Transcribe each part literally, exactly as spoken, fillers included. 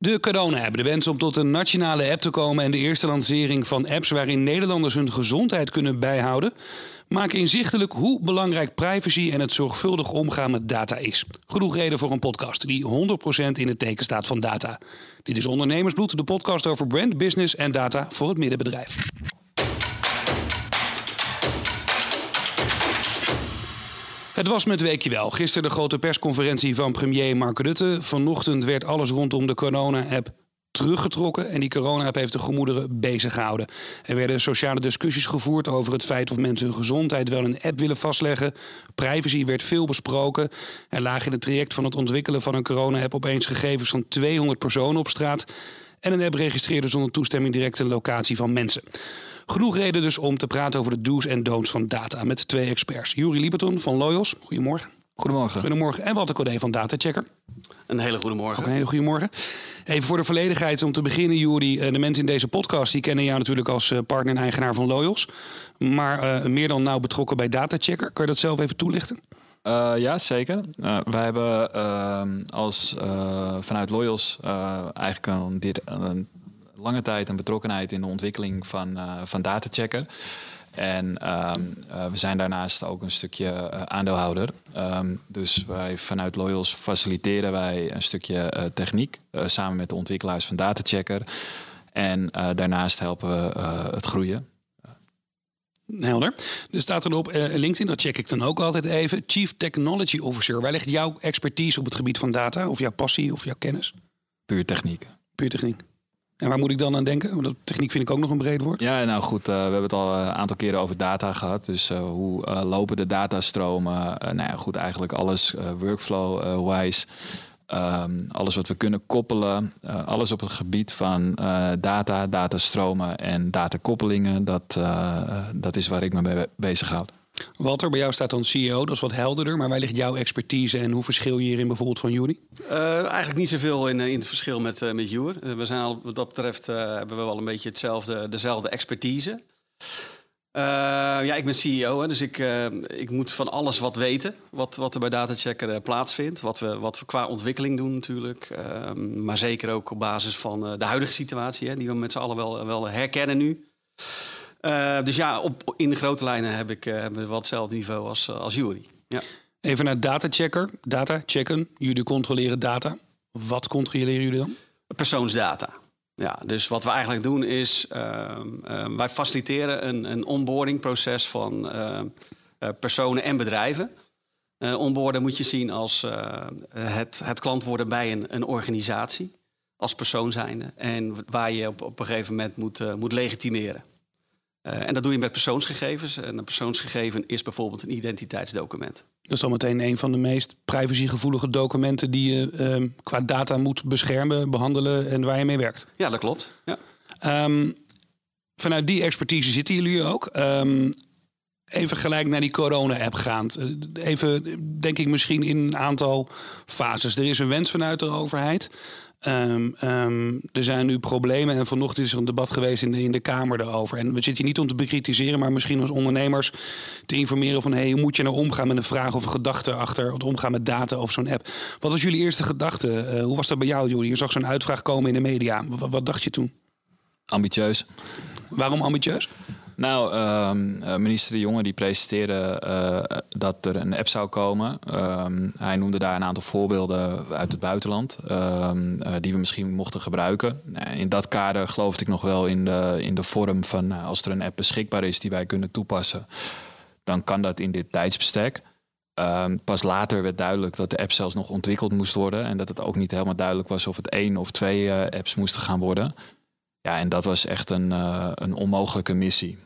De corona-app, de wens om tot een nationale app te komen en de eerste lancering van apps waarin Nederlanders hun gezondheid kunnen bijhouden, maken inzichtelijk hoe belangrijk privacy en het zorgvuldig omgaan met data is. Genoeg reden voor een podcast die honderd procent in het teken staat van data. Dit is Ondernemersbloed, de podcast over brand, business en data voor het middenbedrijf. Het was met weekje wel. Gisteren de grote persconferentie van premier Mark Rutte. Vanochtend werd alles rondom de corona-app teruggetrokken. En die corona-app heeft de gemoederen bezig gehouden. Er werden sociale discussies gevoerd over het feit of mensen hun gezondheid wel een app willen vastleggen. Privacy werd veel besproken. Er lagen in het traject van het ontwikkelen van een corona-app opeens gegevens van tweehonderd personen op straat. En een app registreerde zonder toestemming direct een locatie van mensen. Genoeg reden dus om te praten over de do's en don'ts van data met twee experts. Juri Lieberton van Loyos. Goedemorgen. Goedemorgen. Goedemorgen. En Walter Codé van Datachecker. Een hele goede morgen. Ook een hele goede morgen. Even voor de volledigheid om te beginnen, Juri. De mensen in deze podcast die kennen jou natuurlijk als partner en eigenaar van Loyos. Maar uh, meer dan nauw betrokken bij Datachecker. Kan je dat zelf even toelichten? Uh, ja, zeker. Uh, wij hebben uh, als uh, vanuit Loyos uh, eigenlijk een, een lange tijd een betrokkenheid in de ontwikkeling van, uh, van Datachecker. En um, uh, we zijn daarnaast ook een stukje uh, aandeelhouder. Um, dus wij vanuit Loyos faciliteren wij een stukje uh, techniek uh, samen met de ontwikkelaars van Datachecker. En uh, daarnaast helpen we uh, het groeien. Helder. Er staat erop uh, LinkedIn, dat check ik dan ook altijd even. Chief Technology Officer. Waar ligt jouw expertise op het gebied van data? Of jouw passie of jouw kennis? Puur techniek. Puur techniek. En waar moet ik dan aan denken? Want techniek vind ik ook nog een breed woord. Ja, nou goed, uh, we hebben het al een aantal keren over data gehad. Dus uh, hoe uh, lopen de datastromen? Uh, nou ja, goed, eigenlijk alles uh, workflow-wise. Uh, um, alles wat we kunnen koppelen. Uh, alles op het gebied van uh, data, datastromen en datakoppelingen. Dat, uh, dat is waar ik me mee bezighoud. Walter, bij jou staat dan C E O, dat is wat helderder. Maar waar ligt jouw expertise en hoe verschil je hierin bijvoorbeeld van Juri? Uh, eigenlijk niet zoveel in, in het verschil met, uh, met Joer. Uh, we zijn al, wat dat betreft uh, hebben we wel een beetje hetzelfde, dezelfde expertise. Uh, ja, ik ben C E O, hè, dus ik, uh, ik moet van alles wat weten. Wat, wat er bij Datachecker uh, plaatsvindt. Wat we, wat we qua ontwikkeling doen natuurlijk. Uh, maar zeker ook op basis van uh, de huidige situatie. Hè, die we met z'n allen wel, wel herkennen nu. Uh, dus ja, op, in de grote lijnen heb ik uh, hebben we wel hetzelfde niveau als, uh, als Juri. Ja. Even naar Datachecker. Data checken. Jullie controleren data. Wat controleren jullie dan? Persoonsdata. Ja, dus wat we eigenlijk doen is, uh, uh, wij faciliteren een, een onboardingproces van uh, uh, personen en bedrijven. Uh, onboarden moet je zien als uh, het, het klant worden bij een, een organisatie, als persoon zijnde. En waar je op, op een gegeven moment moet, uh, moet legitimeren. Uh, en dat doe je met persoonsgegevens. En een persoonsgegeven is bijvoorbeeld een identiteitsdocument. Dat is dan meteen een van de meest privacygevoelige documenten die je uh, qua data moet beschermen, behandelen en waar je mee werkt. Ja, dat klopt. Ja. Um, vanuit die expertise zitten jullie ook. Um, even gelijk naar die corona-app gaand. Even, denk ik, misschien in een aantal fases. Er is een wens vanuit de overheid. Um, um, er zijn nu problemen en vanochtend is er een debat geweest in de, in de Kamer daarover. En we zitten hier niet om te bekritiseren, maar misschien als ondernemers te informeren van hey, hoe moet je nou omgaan met een vraag of een gedachte achter het omgaan met data of zo'n app. Wat was jullie eerste gedachte? Uh, hoe was dat bij jou, Juri? Je zag zo'n uitvraag komen in de media. Wat, wat dacht je toen? Ambitieus. Waarom ambitieus? Nou, uh, minister De Jonge die presenteerde uh, dat er een app zou komen. Uh, hij noemde daar een aantal voorbeelden uit het buitenland uh, uh, die we misschien mochten gebruiken. Uh, in dat kader geloofde ik nog wel in de, in de vorm van uh, als er een app beschikbaar is die wij kunnen toepassen, dan kan dat in dit tijdsbestek. Uh, pas later werd duidelijk dat de app zelfs nog ontwikkeld moest worden en dat het ook niet helemaal duidelijk was of het één of twee uh, apps moesten gaan worden. Ja, en dat was echt een, uh, een onmogelijke missie.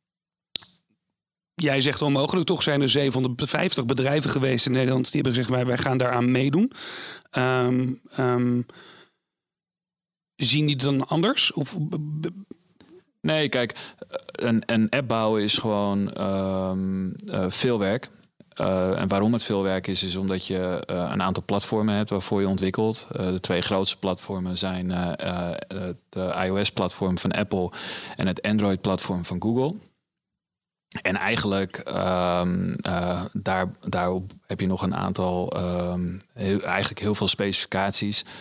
Jij zegt onmogelijk, toch zijn er zevenhonderdvijftig bedrijven geweest in Nederland die hebben gezegd wij, wij gaan daaraan meedoen. Um, um, zien die het dan anders? Of... Nee, kijk, een, een app bouwen is gewoon um, uh, veel werk. Uh, en waarom het veel werk is, is omdat je uh, een aantal platformen hebt waarvoor je ontwikkelt. Uh, de twee grootste platformen zijn uh, uh, de iOS-platform van Apple en het Android-platform van Google. En eigenlijk um, uh, daar, daarop heb je nog een aantal, um, heel, eigenlijk heel veel specificaties.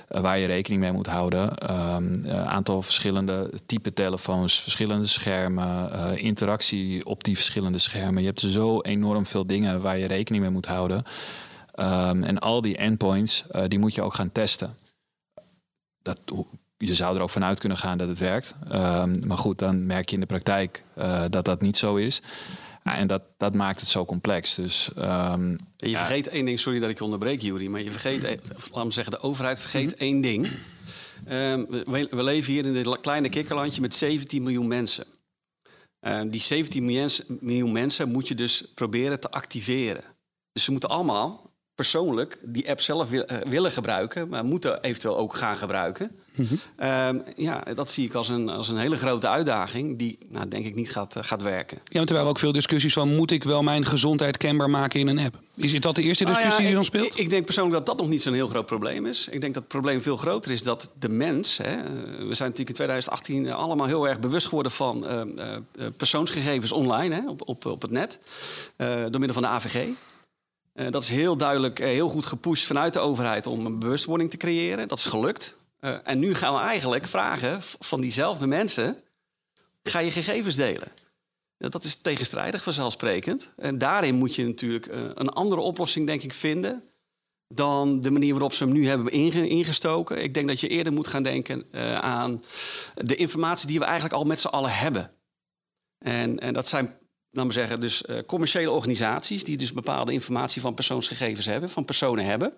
uh, waar je rekening mee moet houden. Een um, uh, aantal verschillende type telefoons, verschillende schermen, uh, interactie op die verschillende schermen. Je hebt zo enorm veel dingen waar je rekening mee moet houden. Um, en al die endpoints, uh, die moet je ook gaan testen. Dat, je zou er ook vanuit kunnen gaan dat het werkt. Um, maar goed, dan merk je in de praktijk uh, dat dat niet zo is. Ja, en dat, dat maakt het zo complex. Dus, um, je ja. vergeet één ding, sorry dat ik je onderbreek, Juri, maar je vergeet, laat me zeggen, de overheid vergeet mm-hmm. één ding. Um, we, we leven hier in dit kleine kikkerlandje met zeventien miljoen mensen. Um, die zeventien miljoen mensen moet je dus proberen te activeren. Dus ze moeten allemaal persoonlijk die app zelf wil, uh, willen gebruiken, maar moeten eventueel ook gaan gebruiken. Mm-hmm. Um, ja, dat zie ik als een, als een hele grote uitdaging die, nou, denk ik, niet gaat, uh, gaat werken. Ja, want er waren ook veel discussies van, moet ik wel mijn gezondheid kenbaar maken in een app? Is dat de eerste discussie ah, ja, die dan speelt? Ik, ik denk persoonlijk dat dat nog niet zo'n heel groot probleem is. Ik denk dat het probleem veel groter is dat de mens, hè, we zijn natuurlijk in twintig achttien allemaal heel erg bewust geworden van uh, uh, persoonsgegevens online, hè, op, op, op het net, uh, door middel van de A V G. Uh, dat is heel duidelijk, uh, heel goed gepusht vanuit de overheid om een bewustwording te creëren. Dat is gelukt. Uh, en nu gaan we eigenlijk vragen van diezelfde mensen, ga je gegevens delen? Ja, dat is tegenstrijdig vanzelfsprekend. En daarin moet je natuurlijk uh, een andere oplossing, denk ik, vinden dan de manier waarop ze hem nu hebben inge- ingestoken. Ik denk dat je eerder moet gaan denken uh, aan de informatie die we eigenlijk al met z'n allen hebben. En, en dat zijn, laten we zeggen, dus uh, commerciële organisaties die dus bepaalde informatie van persoonsgegevens hebben, van personen hebben.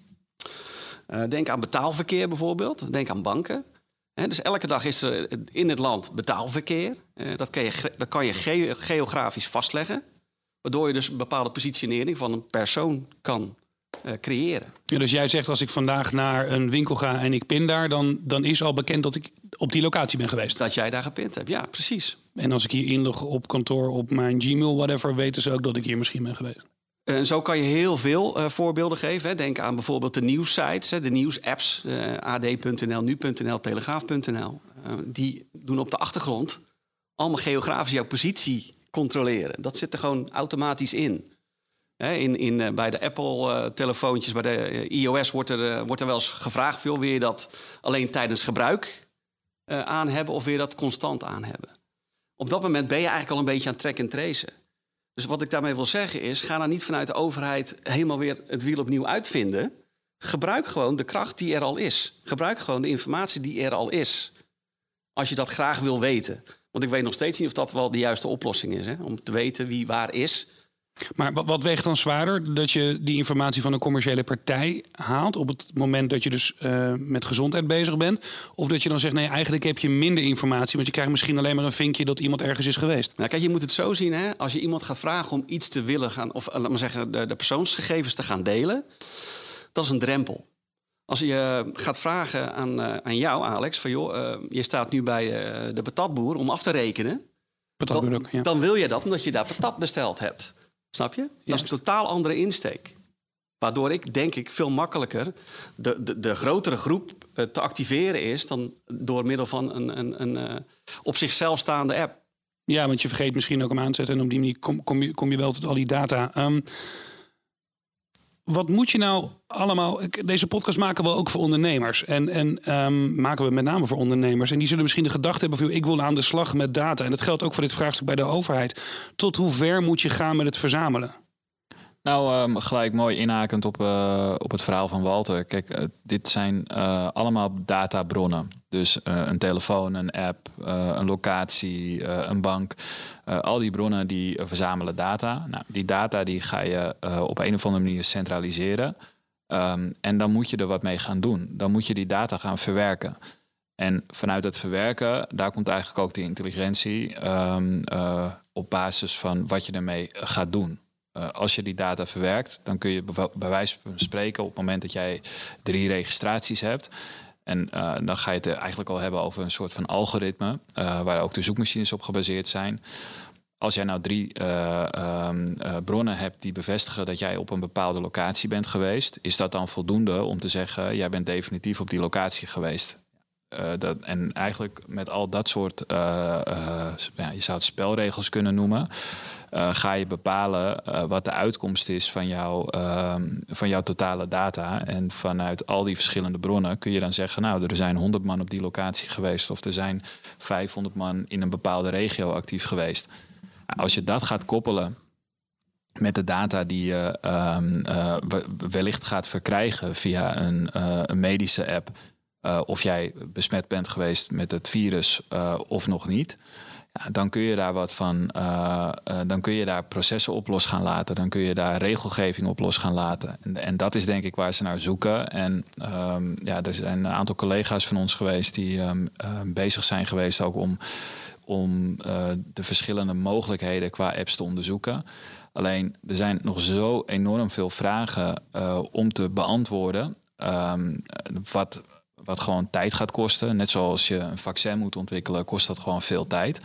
Uh, denk aan betaalverkeer bijvoorbeeld. Denk aan banken. He, dus elke dag is er in het land betaalverkeer. Uh, dat kan je, dat kan je ge- geografisch vastleggen. Waardoor je dus een bepaalde positionering van een persoon kan uh, creëren. Ja, dus jij zegt, als ik vandaag naar een winkel ga en ik pin daar, dan, dan is al bekend dat ik op die locatie ben geweest. Dat jij daar gepind hebt, ja, precies. En als ik hier inlog op kantoor, op mijn Gmail, whatever, weten ze ook dat ik hier misschien ben geweest. En uh, zo kan je heel veel uh, voorbeelden geven. Hè. Denk aan bijvoorbeeld de nieuwssites, hè, de nieuwsapps. Uh, A D punt N L, Nu punt N L, Telegraaf punt N L. Uh, die doen op de achtergrond allemaal geografisch jouw positie controleren. Dat zit er gewoon automatisch in. Hè, in, in uh, bij de Apple-telefoontjes, uh, bij de uh, iOS wordt er, uh, wordt er wel eens gevraagd, wil je dat alleen tijdens gebruik uh, aan hebben of wil je dat constant aan hebben? Op dat moment ben je eigenlijk al een beetje aan track en tracen. Dus wat ik daarmee wil zeggen is, ga nou niet vanuit de overheid helemaal weer het wiel opnieuw uitvinden. Gebruik gewoon de kracht die er al is. Gebruik gewoon de informatie die er al is. Als je dat graag wil weten. Want ik weet nog steeds niet of dat wel de juiste oplossing is. Hè? Om te weten wie waar is. Maar wat, wat weegt dan zwaarder? Dat je die informatie van een commerciële partij haalt op het moment dat je dus uh, met gezondheid bezig bent? Of dat je dan zegt, nee, eigenlijk heb je minder informatie, want je krijgt misschien alleen maar een vinkje dat iemand ergens is geweest. Nou, kijk, je moet het zo zien, hè? Als je iemand gaat vragen om iets te willen gaan, of laat maar zeggen, de, de persoonsgegevens te gaan delen, dat is een drempel. Als je gaat vragen aan, uh, aan jou, Alex, van joh, uh, je staat nu bij uh, de patatboer om af te rekenen. Patatboer dan, ook, ja. Dan wil je dat omdat je daar patat besteld hebt. Snap je? Dat Juist. is een totaal andere insteek. Waardoor ik, denk ik, veel makkelijker de, de, de grotere groep uh, te activeren is dan door middel van een, een, een uh, op zichzelf staande app. Ja, want je vergeet misschien ook hem aan te zetten en op die manier kom, kom, je, kom je wel tot al die data. Um, wat moet je nou allemaal... Deze podcast maken we ook voor ondernemers. En, en um, maken we met name voor ondernemers. En die zullen misschien de gedachte hebben van, ik wil aan de slag met data. En dat geldt ook voor dit vraagstuk bij de overheid. Tot hoe ver moet je gaan met het verzamelen? Nou, um, gelijk mooi inhakend op, uh, op het verhaal van Walter. Kijk, uh, dit zijn uh, allemaal databronnen. Dus uh, een telefoon, een app, uh, een locatie, uh, een bank. Uh, al die bronnen die uh, verzamelen data. Nou, die data die ga je uh, op een of andere manier centraliseren. Um, en dan moet je er wat mee gaan doen. Dan moet je die data gaan verwerken. En vanuit het verwerken, daar komt eigenlijk ook de intelligentie um, uh, op basis van wat je ermee gaat doen. Uh, als je die data verwerkt, dan kun je bev- bij wijze van spreken op het moment dat jij drie registraties hebt. En uh, dan ga je het eigenlijk al hebben over een soort van algoritme, uh, waar ook de zoekmachines op gebaseerd zijn. Als jij nou drie uh, um, uh, bronnen hebt die bevestigen dat jij op een bepaalde locatie bent geweest, is dat dan voldoende om te zeggen, jij bent definitief op die locatie geweest. Uh, dat, en eigenlijk met al dat soort, uh, uh, ja, je zou het spelregels kunnen noemen, uh, ga je bepalen uh, wat de uitkomst is van, jou, uh, van jouw totale data. En vanuit al die verschillende bronnen kun je dan zeggen, nou, er zijn honderd man op die locatie geweest of er zijn vijfhonderd man in een bepaalde regio actief geweest. Als je dat gaat koppelen met de data die je um, uh, wellicht gaat verkrijgen via een, uh, een medische app, uh, of jij besmet bent geweest met het virus uh, of nog niet, ja, dan kun je daar wat van, uh, uh, dan kun je daar processen op los gaan laten, dan kun je daar regelgeving op los gaan laten. En, en dat is denk ik waar ze naar zoeken. En um, ja, er zijn een aantal collega's van ons geweest die um, uh, bezig zijn geweest ook om, om uh, de verschillende mogelijkheden qua apps te onderzoeken. Alleen, er zijn nog zo enorm veel vragen uh, om te beantwoorden, um, wat, wat gewoon tijd gaat kosten. Net zoals je een vaccin moet ontwikkelen, kost dat gewoon veel tijd.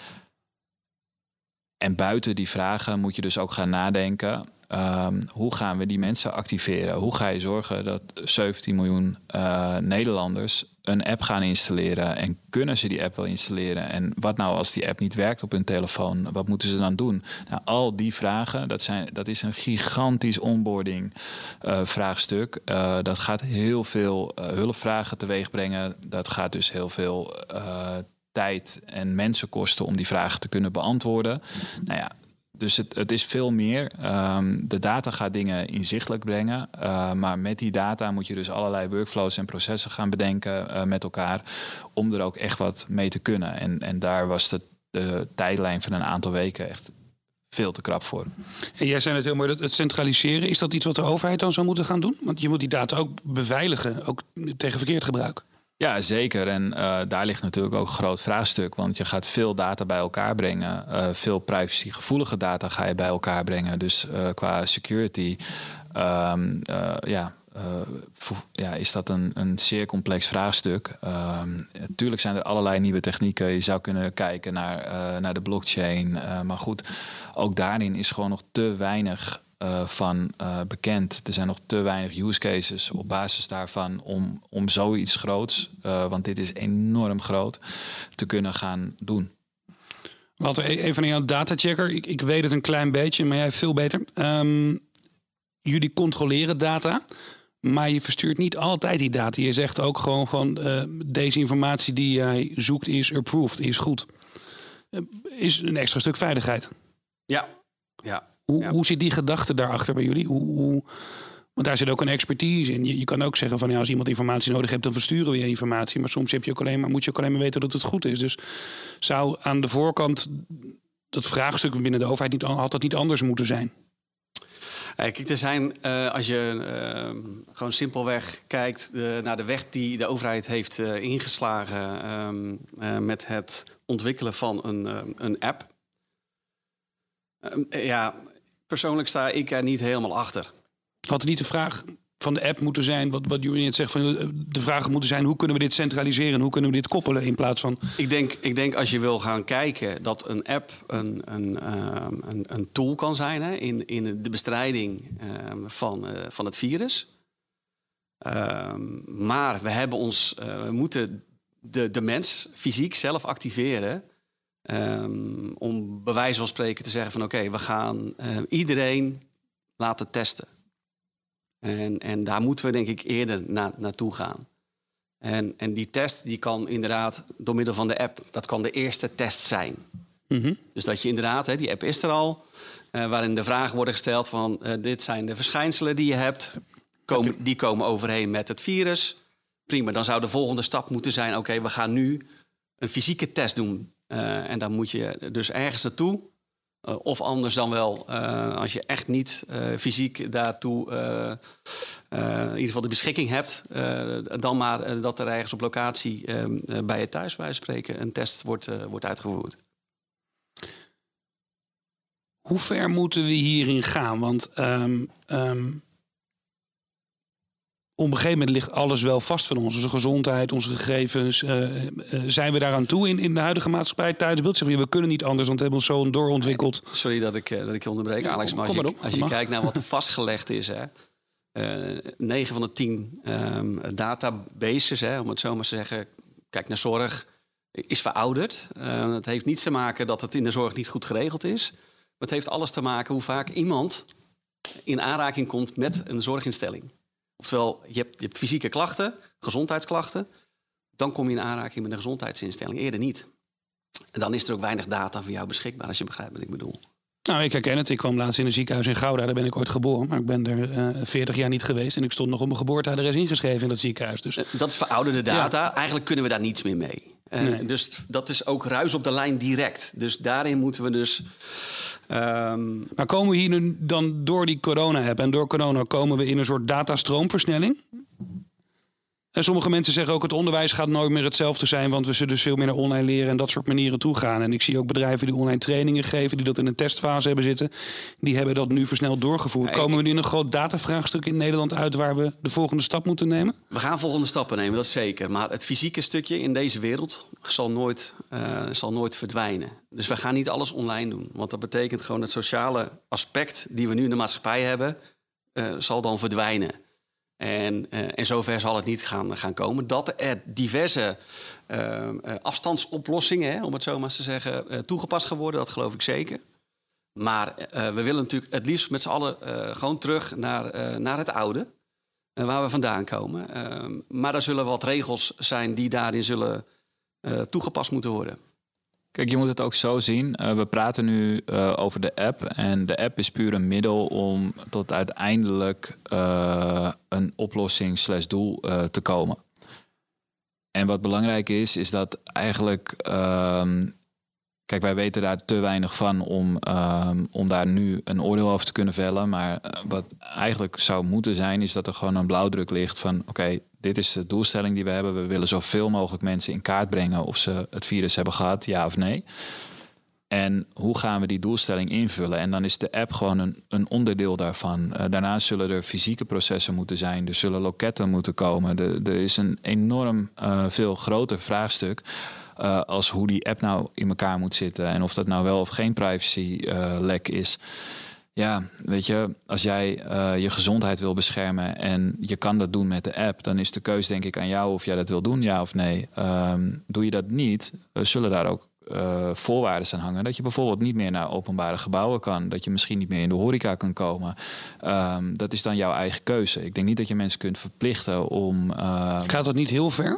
En buiten die vragen moet je dus ook gaan nadenken, um, hoe gaan we die mensen activeren? Hoe ga je zorgen dat zeventien miljoen uh, Nederlanders een app gaan installeren? En kunnen ze die app wel installeren? En wat nou als die app niet werkt op hun telefoon? Wat moeten ze dan doen? Nou, al die vragen, dat, zijn, dat is een gigantisch onboarding uh, vraagstuk. Uh, dat gaat heel veel uh, hulpvragen teweeg brengen. Dat gaat dus heel veel uh, tijd en mensen kosten om die vragen te kunnen beantwoorden. Nou ja, dus het, het is veel meer. Um, de data gaat dingen inzichtelijk brengen. Uh, maar met die data moet je dus allerlei workflows en processen gaan bedenken uh, met elkaar. Om er ook echt wat mee te kunnen. En, en daar was de, de tijdlijn van een aantal weken echt veel te krap voor. En jij zei het heel mooi, dat het centraliseren. Is dat iets wat de overheid dan zou moeten gaan doen? Want je moet die data ook beveiligen, ook tegen verkeerd gebruik. Ja, zeker. En uh, daar ligt natuurlijk ook een groot vraagstuk. Want je gaat veel data bij elkaar brengen. Uh, veel privacygevoelige data ga je bij elkaar brengen. Dus uh, qua security um, uh, ja, uh, ja, is dat een, een zeer complex vraagstuk. Um, natuurlijk zijn er allerlei nieuwe technieken. Je zou kunnen kijken naar, uh, naar de blockchain. Uh, maar goed, ook daarin is gewoon nog te weinig Uh, van uh, bekend. Er zijn nog te weinig use cases op basis daarvan om, om zoiets groots, uh, want dit is enorm groot, te kunnen gaan doen. Walter, even naar jouw datachecker. Ik, ik weet het een klein beetje, maar jij veel beter. Um, jullie controleren data, maar je verstuurt niet altijd die data. Je zegt ook gewoon van uh, deze informatie die jij zoekt is approved, is goed. Uh, is een extra stuk veiligheid. Ja, ja. Hoe, ja. hoe zit die gedachte daarachter bij jullie? Hoe, hoe, want daar zit ook een expertise in. Je, je kan ook zeggen van ja, als iemand informatie nodig hebt, dan versturen we je informatie. Maar soms heb je ook alleen maar, moet je ook alleen maar weten dat het goed is. Dus zou aan de voorkant dat vraagstuk binnen de overheid niet, had dat niet anders moeten zijn? Kijk, er zijn, uh, als je uh, gewoon simpelweg kijkt uh, naar de weg die de overheid heeft uh, ingeslagen um, uh, met het ontwikkelen van een, uh, een app. Uh, ja, persoonlijk sta ik er niet helemaal achter. Had er niet de vraag van de app moeten zijn, wat, wat jullie net zegt, van de vragen moeten zijn, hoe kunnen we dit centraliseren, hoe kunnen we dit koppelen in plaats van... Ik denk, ik denk als je wil gaan kijken dat een app een, een, uh, een, een tool kan zijn hè, in, in de bestrijding uh, van, uh, van het virus. Uh, maar we hebben ons, uh, we moeten de, de mens fysiek zelf activeren. Um, om bij wijze van spreken te zeggen van oké, okay, we gaan uh, iedereen laten testen. En, en daar moeten we denk ik eerder na, naartoe gaan. En, en die test die kan inderdaad door middel van de app, dat kan de eerste test zijn. Mm-hmm. Dus dat je inderdaad, hè, die app is er al, uh, waarin de vragen worden gesteld van uh, dit zijn de verschijnselen die je hebt. Komen, die komen overeen met het virus. Prima, dan zou de volgende stap moeten zijn, oké, okay, we gaan nu een fysieke test doen. Uh, en dan moet je dus ergens naartoe. Uh, of anders dan wel, uh, als je echt niet uh, fysiek daartoe uh, uh, in ieder geval de beschikking hebt, uh, dan maar uh, dat er ergens op locatie uh, uh, bij je thuis, bij spreken, een test wordt, uh, wordt uitgevoerd. Hoe ver moeten we hierin gaan? Want um, um, op een gegeven moment ligt alles wel vast van ons. Onze gezondheid, onze gegevens. Uh, uh, zijn we daaraan toe in, in de huidige maatschappij? Tijdsbeeld zeggen we, we kunnen niet anders, want we hebben ons zo doorontwikkeld. Sorry dat ik, uh, dat ik je onderbreek, ja, Alex. Maar als je, als je kijkt naar wat er vastgelegd is, hè, uh, negen van de tien um, databases, hè, om het zo maar te zeggen, kijk naar zorg, is verouderd. Uh, het heeft niets te maken dat het in de zorg niet goed geregeld is. het heeft alles te maken hoe vaak iemand in aanraking komt met een zorginstelling. Oftewel, je hebt, je hebt fysieke klachten, gezondheidsklachten. Dan kom je in aanraking met een gezondheidsinstelling. Eerder niet. En dan is er ook weinig data voor jou beschikbaar, als je begrijpt wat ik bedoel. Nou, ik herken het. Ik kwam laatst in een ziekenhuis in Gouda. Daar ben ik ooit geboren. Maar ik ben er uh, veertig jaar niet geweest. En ik stond nog op mijn geboorteadres ingeschreven in dat ziekenhuis. Dus... Dat is verouderde data. Ja. Eigenlijk kunnen we daar niets meer mee. Uh, Nee. Dus dat is ook ruis op de lijn direct. Dus daarin moeten we dus... Um... Maar komen we hier nu dan door die corona-app en door corona komen we in een soort datastroomversnelling? En sommige mensen zeggen ook het onderwijs gaat nooit meer hetzelfde zijn, want we zullen dus veel meer naar online leren en dat soort manieren toe gaan. En ik zie ook bedrijven die online trainingen geven, die dat in een testfase hebben zitten, die hebben dat nu versneld doorgevoerd. Nee, komen we nu in een groot datavraagstuk in Nederland uit waar we de volgende stap moeten nemen? We gaan volgende stappen nemen, dat is zeker. Maar het fysieke stukje in deze wereld zal nooit, uh, zal nooit verdwijnen. Dus we gaan niet alles online doen. Want dat betekent gewoon het sociale aspect die we nu in de maatschappij hebben, uh, zal dan verdwijnen. En, uh, en zover zal het niet gaan, gaan komen. Dat er diverse uh, uh, afstandsoplossingen, hè, om het zo maar eens te zeggen, uh, toegepast gaan worden, dat geloof ik zeker. Maar uh, we willen natuurlijk het liefst met z'n allen uh, gewoon terug naar, uh, naar het oude, uh, waar we vandaan komen. Uh, maar er zullen wat regels zijn die daarin zullen uh, toegepast moeten worden. Kijk, je moet het ook zo zien. Uh, we praten nu uh, over de app. En de app is puur een middel om tot uiteindelijk uh, een oplossing slash doel uh, te komen. En wat belangrijk is, is dat eigenlijk... Uh, kijk, wij weten daar te weinig van om, uh, om daar nu een oordeel over te kunnen vellen. Maar uh, wat eigenlijk zou moeten zijn, is dat er gewoon een blauwdruk ligt van... oké, okay, dit is de doelstelling die we hebben. We willen zoveel mogelijk mensen in kaart brengen of ze het virus hebben gehad, ja of nee. En hoe gaan we die doelstelling invullen? En dan is de app gewoon een, een onderdeel daarvan. Uh, daarnaast zullen er fysieke processen moeten zijn. Er zullen loketten moeten komen. De, er is een enorm uh, veel groter vraagstuk... Uh, als hoe die app nou in elkaar moet zitten. En of dat nou wel of geen privacy uh, lek is. Ja, weet je, als jij uh, je gezondheid wil beschermen en je kan dat doen met de app, dan is de keus denk ik aan jou of jij dat wil doen, ja of nee. Um, doe je dat niet, uh, zullen daar ook uh, voorwaarden aan hangen. Dat je bijvoorbeeld niet meer naar openbare gebouwen kan. Dat je misschien niet meer in de horeca kan komen. Um, dat is dan jouw eigen keuze. Ik denk niet dat je mensen kunt verplichten om... Uh, Gaat dat niet heel ver?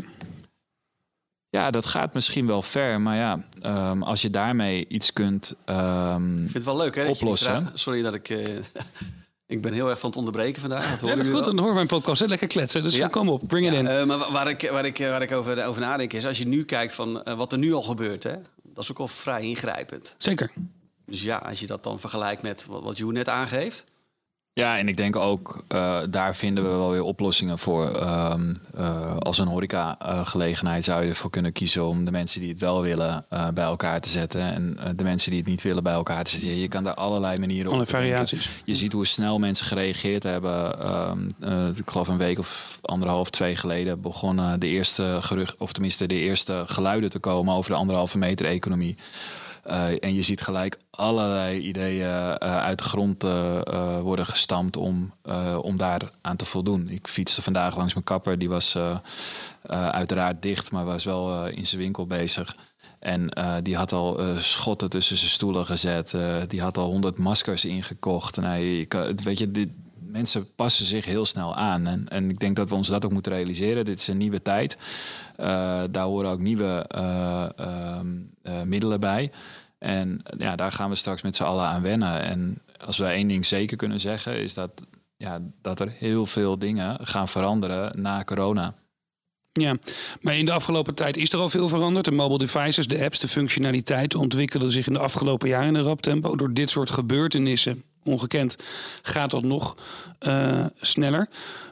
Ja, dat gaat misschien wel ver. Maar ja, um, als je daarmee iets kunt um, Ik vind het wel leuk, hè? oplossen. Vraag, sorry dat ik... Uh, ik ben heel erg van het onderbreken vandaag. Dat, ja, dat is goed, dan hoor mijn podcast hè? Lekker kletsen. Dus ja. Kom op, bring it ja, in. Uh, maar waar ik, waar ik, waar ik over, over nadenk is... als je nu kijkt van uh, wat er nu al gebeurt... Hè, dat is ook al vrij ingrijpend. Zeker. Dus ja, als je dat dan vergelijkt met wat, wat Joe net aangeeft... Ja, en ik denk ook, uh, daar vinden we wel weer oplossingen voor. Um, uh, als een horeca-gelegenheid zou je ervoor kunnen kiezen om de mensen die het wel willen uh, bij elkaar te zetten. En uh, de mensen die het niet willen bij elkaar te zetten. Je kan daar allerlei manieren op. Alle variaties. Je ziet hoe snel mensen gereageerd hebben. Um, uh, ik geloof een week of anderhalf, twee geleden begonnen de eerste gerucht, of tenminste de eerste geluiden te komen over de anderhalve meter economie. Uh, en je ziet gelijk allerlei ideeën uh, uit de grond uh, uh, worden gestampt om, uh, om daar aan te voldoen. Ik fietste vandaag langs mijn kapper. Die was uh, uh, uiteraard dicht, maar was wel uh, in zijn winkel bezig. En uh, die had al uh, schotten tussen zijn stoelen gezet. Uh, die had al honderd maskers ingekocht. En hij, kan, weet je, dit, mensen passen zich heel snel aan. En, en ik denk dat we ons dat ook moeten realiseren. Dit is een nieuwe tijd. Uh, daar horen ook nieuwe uh, uh, uh, middelen bij. En ja, daar gaan we straks met z'n allen aan wennen. En als we één ding zeker kunnen zeggen, is dat, ja, dat er heel veel dingen gaan veranderen na corona. Ja, maar in de afgelopen tijd is er al veel veranderd. De mobile devices, de apps, de functionaliteiten ontwikkelen zich in de afgelopen jaren in een rap tempo. Door dit soort gebeurtenissen, ongekend, gaat dat nog uh, sneller.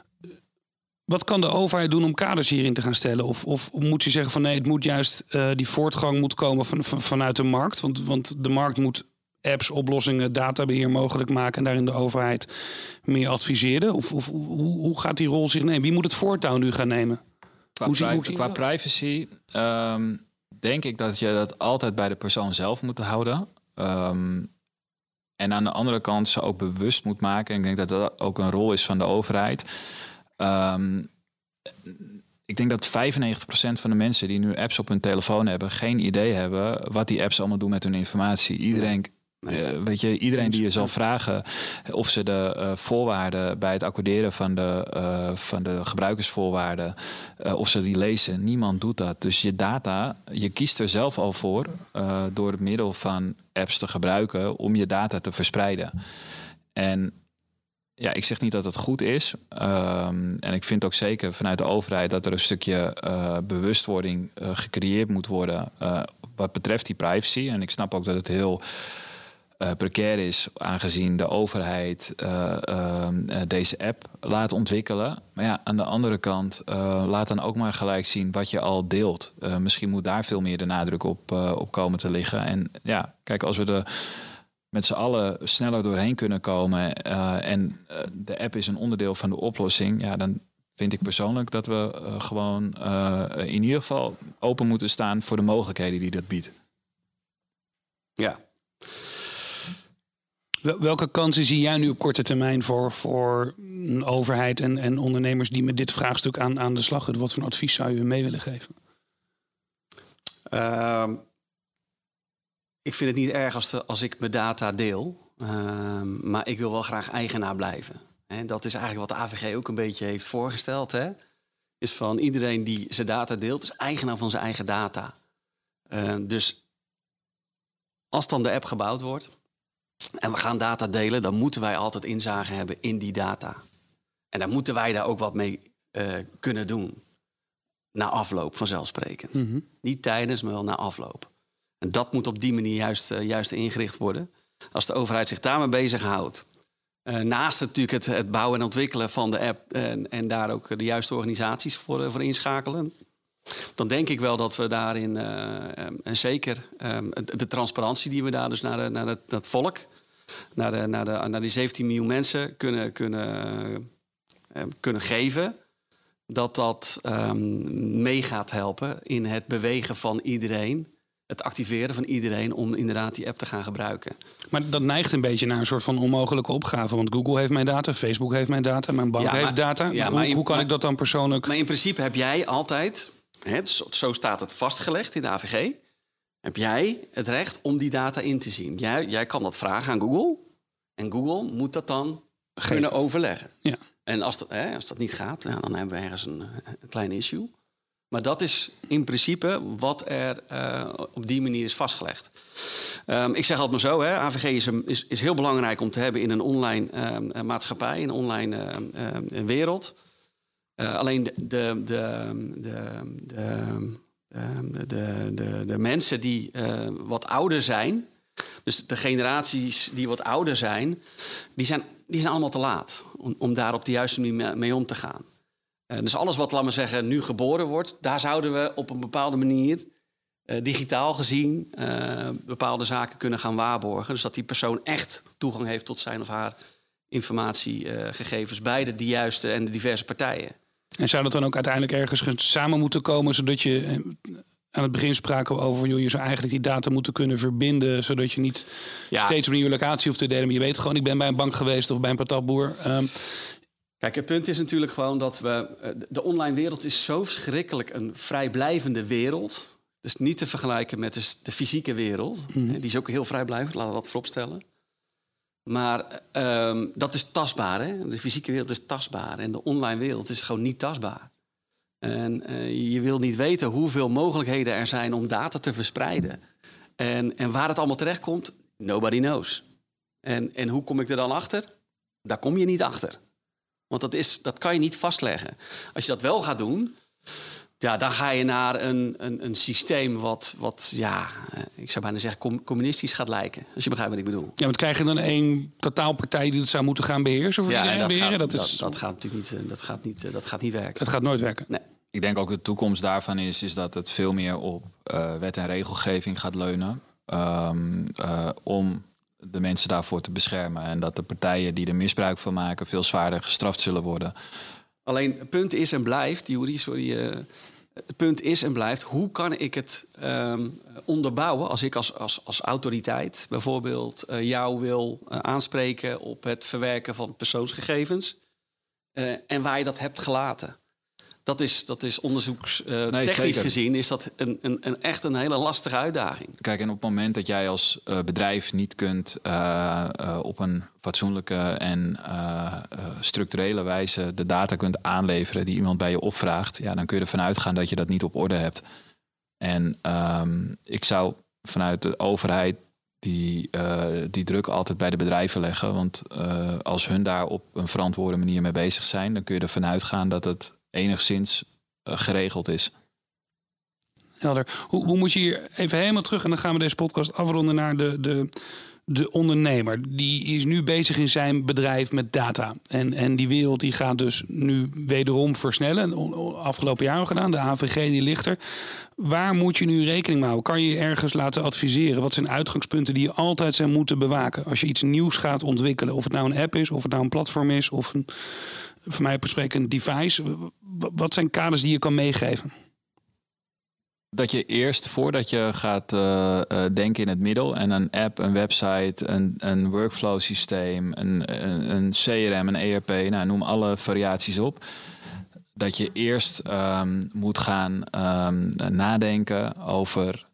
Wat kan de overheid doen om kaders hierin te gaan stellen? Of, of moet je zeggen van nee, het moet juist uh, die voortgang moet komen van, van, vanuit de markt? Want, want de markt moet apps, oplossingen, databeheer mogelijk maken en daarin de overheid meer adviseren? Of, of hoe, hoe gaat die rol zich nemen? Wie moet het voortouw nu gaan nemen? Qua, hoe pri- zie, hoe qua privacy um, denk ik dat je dat altijd bij de persoon zelf moet houden. Um, en aan de andere kant ze ook bewust moet maken. En ik denk dat dat ook een rol is van de overheid. Um, ik denk dat vijfennegentig procent van de mensen die nu apps op hun telefoon hebben geen idee hebben wat die apps allemaal doen met hun informatie. Iedereen Nee. Uh, weet je, iedereen die je zal vragen of ze de uh, voorwaarden bij het accorderen van de, uh, van de gebruikersvoorwaarden, uh, of ze die lezen, niemand doet dat. Dus je data, je kiest er zelf al voor uh, door het middel van apps te gebruiken om je data te verspreiden. En ja, ik zeg niet dat het goed is. Um, en ik vind ook zeker vanuit de overheid dat er een stukje uh, bewustwording uh, gecreëerd moet worden uh, wat betreft die privacy. En ik snap ook dat het heel uh, precair is, aangezien de overheid uh, uh, deze app laat ontwikkelen. Maar ja, aan de andere kant, uh, laat dan ook maar gelijk zien wat je al deelt. Uh, misschien moet daar veel meer de nadruk op, uh, op komen te liggen. En ja, kijk, als we de met z'n allen sneller doorheen kunnen komen uh, en uh, de app is een onderdeel van de oplossing, ja, dan vind ik persoonlijk dat we uh, gewoon uh, in ieder geval open moeten staan voor de mogelijkheden die dat biedt. Ja. Welke kansen zie jij nu op korte termijn voor, voor een overheid en, en ondernemers die met dit vraagstuk aan, aan de slag gaan? Wat voor advies zou je mee willen geven? Uh, ik vind het niet erg als, de, als ik mijn data deel. Uh, maar ik wil wel graag eigenaar blijven. He, dat is eigenlijk wat de A V G ook een beetje heeft voorgesteld. Hè? Is van iedereen die zijn data deelt, is eigenaar van zijn eigen data. Uh, dus als dan de app gebouwd wordt en we gaan data delen, dan moeten wij altijd inzage hebben in die data. En dan moeten wij daar ook wat mee uh, kunnen doen. Na afloop, vanzelfsprekend. Mm-hmm. Niet tijdens, maar wel na afloop. En dat moet op die manier juist, uh, juist ingericht worden. Als de overheid zich daarmee bezighoudt. Uh, naast natuurlijk het, het bouwen en ontwikkelen van de app en, en daar ook de juiste organisaties voor, uh, voor inschakelen. Dan denk ik wel dat we daarin, uh, um, en zeker um, de, de transparantie die we daar dus naar, de, naar het, het volk, naar, de, naar, de, naar die zeventien miljoen mensen kunnen, kunnen, uh, kunnen geven. Dat dat um, mee gaat helpen in het bewegen van iedereen. Het activeren van iedereen om inderdaad die app te gaan gebruiken. Maar dat neigt een beetje naar een soort van onmogelijke opgave. Want Google heeft mijn data, Facebook heeft mijn data, mijn bank ja, maar, heeft data. Ja, hoe, in, hoe kan maar, ik dat dan persoonlijk... Maar in principe heb jij altijd, hè, zo, zo staat het vastgelegd in de A V G... heb jij het recht om die data in te zien. Jij, jij kan dat vragen aan Google. En Google moet dat dan Geven. kunnen overleggen. Ja. En als dat, hè, als dat niet gaat, ja, dan hebben we ergens een, een klein issue. Maar dat is in principe wat er uh, op die manier is vastgelegd. Um, ik zeg altijd maar zo, hè, A V G is, een, is, is heel belangrijk om te hebben in een online uh, maatschappij, in een online uh, uh, wereld. Uh, alleen de, de, de, de, de, de, de, de, de mensen die uh, wat ouder zijn, dus de generaties die wat ouder zijn, die zijn, die zijn allemaal te laat om, om daar op de juiste manier mee om te gaan. Uh, dus alles wat, laat maar zeggen, nu geboren wordt, daar zouden we op een bepaalde manier, uh, digitaal gezien, uh, bepaalde zaken kunnen gaan waarborgen. Dus dat die persoon echt toegang heeft tot zijn of haar informatiegegevens uh, bij de, de juiste en de diverse partijen. En zou dat dan ook uiteindelijk ergens samen moeten komen, zodat je... Aan het begin spraken we over, joh, je zou eigenlijk die data moeten kunnen verbinden, zodat je niet ja. steeds opnieuw locatie hoeft te delen. Maar je weet gewoon, ik ben bij een bank geweest of bij een patatboer. Um, Kijk, het punt is natuurlijk gewoon dat we... De online wereld is zo verschrikkelijk een vrijblijvende wereld. Dus niet te vergelijken met de, de fysieke wereld. Mm. Die is ook heel vrijblijvend, laten we dat vooropstellen. Maar um, dat is tastbaar, hè? De fysieke wereld is tastbaar. En de online wereld is gewoon niet tastbaar. En uh, je wil niet weten hoeveel mogelijkheden er zijn om data te verspreiden. En, en waar het allemaal terecht komt, nobody knows. En, en hoe kom ik er dan achter? Daar kom je niet achter. Want dat, is, dat kan je niet vastleggen. Als je dat wel gaat doen, ja, dan ga je naar een, een, een systeem wat, wat, ja, ik zou bijna zeggen, com- communistisch gaat lijken. Als je begrijpt wat ik bedoel. Ja, maar krijg je dan één totaalpartij die het zou moeten gaan beheersen? Voor ja, dat, beheren? Gaat, dat, dat, is... dat gaat natuurlijk niet, dat gaat niet, dat gaat niet werken. Dat gaat nooit werken. Nee. Ik denk ook de toekomst daarvan is, is dat het veel meer op uh, wet en regelgeving gaat leunen. Um, uh, om de mensen daarvoor te beschermen. En dat de partijen die er misbruik van maken veel zwaarder gestraft zullen worden. Alleen het punt is en blijft, Juri, sorry. Uh, het punt is en blijft, hoe kan ik het um, onderbouwen als ik als, als, als autoriteit bijvoorbeeld uh, jou wil uh, aanspreken op het verwerken van persoonsgegevens uh, en waar je dat hebt gelaten. dat is, dat is onderzoeks uh, Nee, technisch zeker. gezien is dat een, een, een echt een hele lastige uitdaging. Kijk, en op het moment dat jij als uh, bedrijf niet kunt uh, uh, op een fatsoenlijke en uh, uh, structurele wijze de data kunt aanleveren die iemand bij je opvraagt, ja, dan kun je ervan uitgaan dat je dat niet op orde hebt. En um, ik zou vanuit de overheid die, uh, die druk altijd bij de bedrijven leggen. Want uh, als hun daar op een verantwoorde manier mee bezig zijn, dan kun je ervan uitgaan dat het enigszins uh, geregeld is. Helder. Hoe, hoe moet je hier even helemaal terug, en dan gaan we deze podcast afronden naar de, de, de ondernemer. Die is nu bezig in zijn bedrijf met data. En, en die wereld die gaat dus nu wederom versnellen. Afgelopen jaar al gedaan. De A V G die ligt er. Waar moet je nu rekening mee houden? Kan je je ergens laten adviseren? Wat zijn uitgangspunten die je altijd zijn moeten bewaken? Als je iets nieuws gaat ontwikkelen. Of het nou een app is, of het nou een platform is. Of een, voor mij bespreken een device. Wat zijn kaders die je kan meegeven? Dat je eerst, voordat je gaat uh, uh, denken in het middel en een app, een website, een, een workflow systeem, een, een, een C R M, een E R P, nou, noem alle variaties op. Dat je eerst um, moet gaan um, nadenken over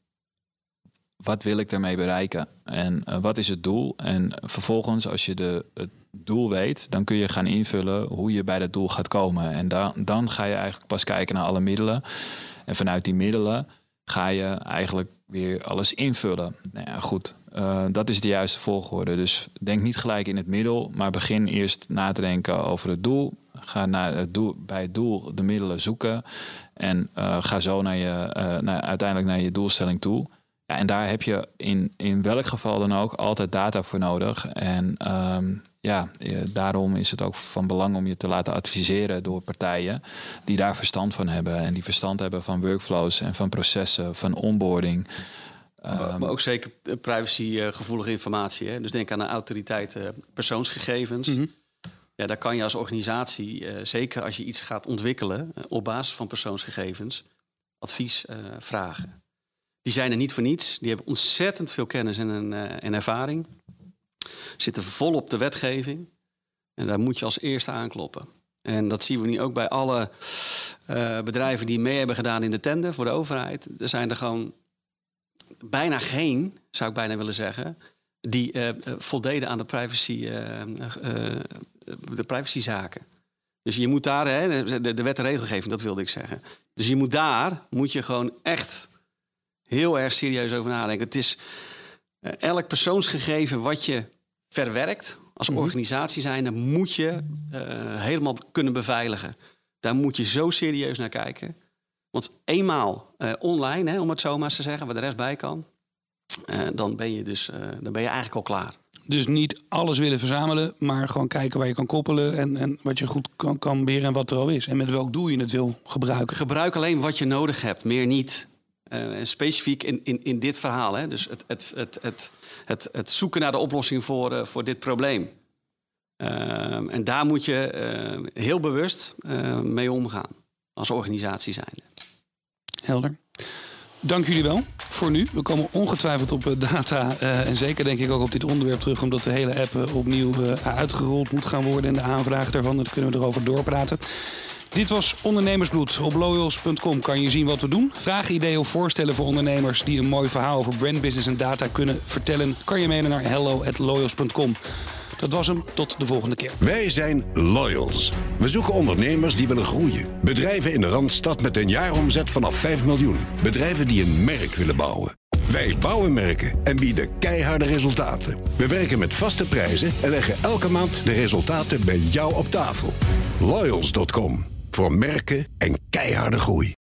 wat wil ik ermee bereiken en uh, wat is het doel. En vervolgens, als je de, het doel weet, dan kun je gaan invullen hoe je bij dat doel gaat komen. En dan, dan ga je eigenlijk pas kijken naar alle middelen. En vanuit die middelen ga je eigenlijk weer alles invullen. Nou ja, goed, uh, dat is de juiste volgorde. Dus denk niet gelijk in het middel, maar begin eerst na te denken over het doel. Ga naar het doel, bij het doel de middelen zoeken. En uh, ga zo naar je, uh, naar, uiteindelijk naar je doelstelling toe. Ja, en daar heb je in, in welk geval dan ook altijd data voor nodig. En um, ja, daarom is het ook van belang om je te laten adviseren door partijen die daar verstand van hebben. En die verstand hebben van workflows en van processen, van onboarding. Maar, maar ook zeker privacygevoelige informatie. Hè? Dus denk aan de autoriteit uh, persoonsgegevens. Mm-hmm. Ja, daar kan je als organisatie, uh, zeker als je iets gaat ontwikkelen uh, op basis van persoonsgegevens, advies uh, vragen. Die zijn er niet voor niets. Die hebben ontzettend veel kennis en, uh, en ervaring. Zitten vol op de wetgeving. En daar moet je als eerste aankloppen. En dat zien we nu ook bij alle uh, bedrijven die mee hebben gedaan in de tender voor de overheid. Er zijn er gewoon bijna geen, zou ik bijna willen zeggen, die uh, voldeden aan de privacy, uh, uh, de privacyzaken. Dus je moet daar, hè, de, de wet en regelgeving, dat wilde ik zeggen. Dus je moet daar, moet je gewoon echt heel erg serieus over nadenken. Het is uh, elk persoonsgegeven wat je verwerkt als mm-hmm. organisatie zijn, dan moet je uh, helemaal kunnen beveiligen. Daar moet je zo serieus naar kijken. Want eenmaal uh, online, hè, om het zo maar eens te zeggen, waar de rest bij kan, uh, dan ben je dus uh, dan ben je eigenlijk al klaar. Dus niet alles willen verzamelen, maar gewoon kijken waar je kan koppelen en, en wat je goed kan, kan beheren en wat er al is. En met welk doel je het wil gebruiken. Gebruik alleen wat je nodig hebt, meer niet. Uh, specifiek in, in, in dit verhaal. Hè? Dus het, het, het, het, het, het zoeken naar de oplossing voor, uh, voor dit probleem. Uh, en daar moet je uh, heel bewust uh, mee omgaan. Als organisatie zijnde. Helder. Dank jullie wel voor nu. We komen ongetwijfeld op data uh, en zeker denk ik ook op dit onderwerp terug, omdat de hele app uh, opnieuw uh, uitgerold moet gaan worden en de aanvraag daarvan. Dan kunnen we erover doorpraten. Dit was Ondernemersbloed. Op loyals punt com kan je zien wat we doen. Vragen, ideeën of voorstellen voor ondernemers die een mooi verhaal over brandbusiness en data kunnen vertellen, kan je mailen naar hello at loyals punt com. Dat was hem. Tot de volgende keer. Wij zijn Loyals. We zoeken ondernemers die willen groeien. Bedrijven in de Randstad met een jaaromzet vanaf vijf miljoen. Bedrijven die een merk willen bouwen. Wij bouwen merken en bieden keiharde resultaten. We werken met vaste prijzen en leggen elke maand de resultaten bij jou op tafel. loyals punt com. Voor merken en keiharde groei.